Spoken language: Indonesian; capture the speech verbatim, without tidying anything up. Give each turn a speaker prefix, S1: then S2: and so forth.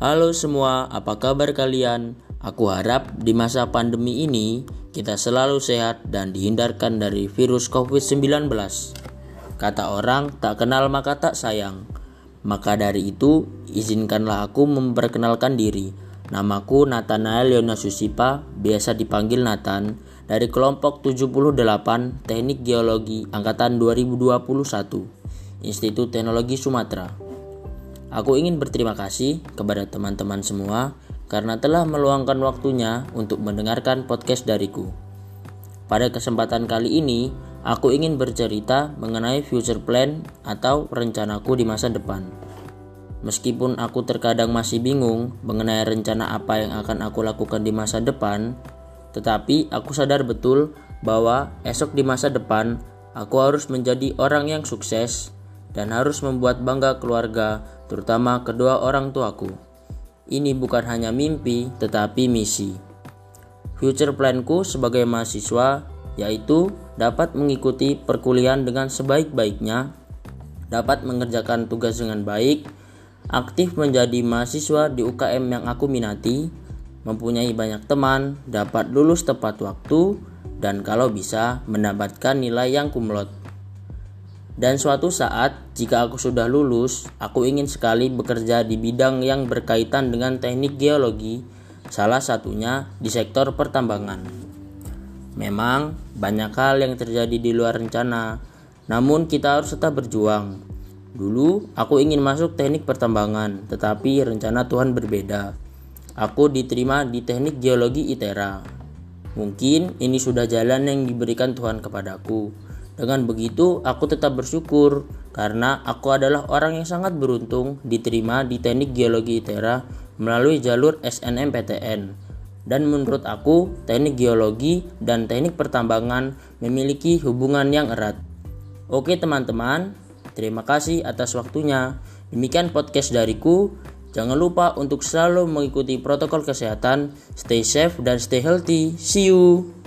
S1: Halo semua, apa kabar kalian? Aku harap di masa pandemi ini kita selalu sehat dan dihindarkan dari virus covid sembilan belas. Kata orang, tak kenal maka tak sayang. Maka dari itu, izinkanlah aku memperkenalkan diri. Namaku Nathanael Yonas Susipa, biasa dipanggil Nathan, dari kelompok tujuh puluh delapan Teknik Geologi Angkatan dua ribu dua puluh satu, Institut Teknologi Sumatera. Aku ingin berterima kasih kepada teman-teman semua karena telah meluangkan waktunya untuk mendengarkan podcast dariku. Pada kesempatan kali ini, aku ingin bercerita mengenai future plan atau rencanaku di masa depan. Meskipun aku terkadang masih bingung mengenai rencana apa yang akan aku lakukan di masa depan, tetapi aku sadar betul bahwa esok di masa depan aku harus menjadi orang yang sukses dan harus membuat bangga keluarga, terutama kedua orang tuaku. Ini bukan hanya mimpi, tetapi misi. Future planku sebagai mahasiswa yaitu dapat mengikuti perkuliahan dengan sebaik-baiknya, dapat mengerjakan tugas dengan baik, aktif menjadi mahasiswa di U K M yang aku minati, mempunyai banyak teman, dapat lulus tepat waktu, dan kalau bisa mendapatkan nilai yang kumlot. Dan suatu saat, jika aku sudah lulus, aku ingin sekali bekerja di bidang yang berkaitan dengan teknik geologi, salah satunya di sektor pertambangan. Memang, banyak hal yang terjadi di luar rencana, namun kita harus tetap berjuang. Dulu, aku ingin masuk teknik pertambangan, tetapi rencana Tuhan berbeda. Aku diterima di teknik geologi I T E R A. Mungkin ini sudah jalan yang diberikan Tuhan kepadaku. Dengan begitu, aku tetap bersyukur karena aku adalah orang yang sangat beruntung diterima di Teknik Geologi I T E R A melalui jalur S N M P T N. Dan menurut aku, teknik geologi dan teknik pertambangan memiliki hubungan yang erat. Oke teman-teman, terima kasih atas waktunya. Demikian podcast dariku. Jangan lupa untuk selalu mengikuti protokol kesehatan. Stay safe dan stay healthy. See you.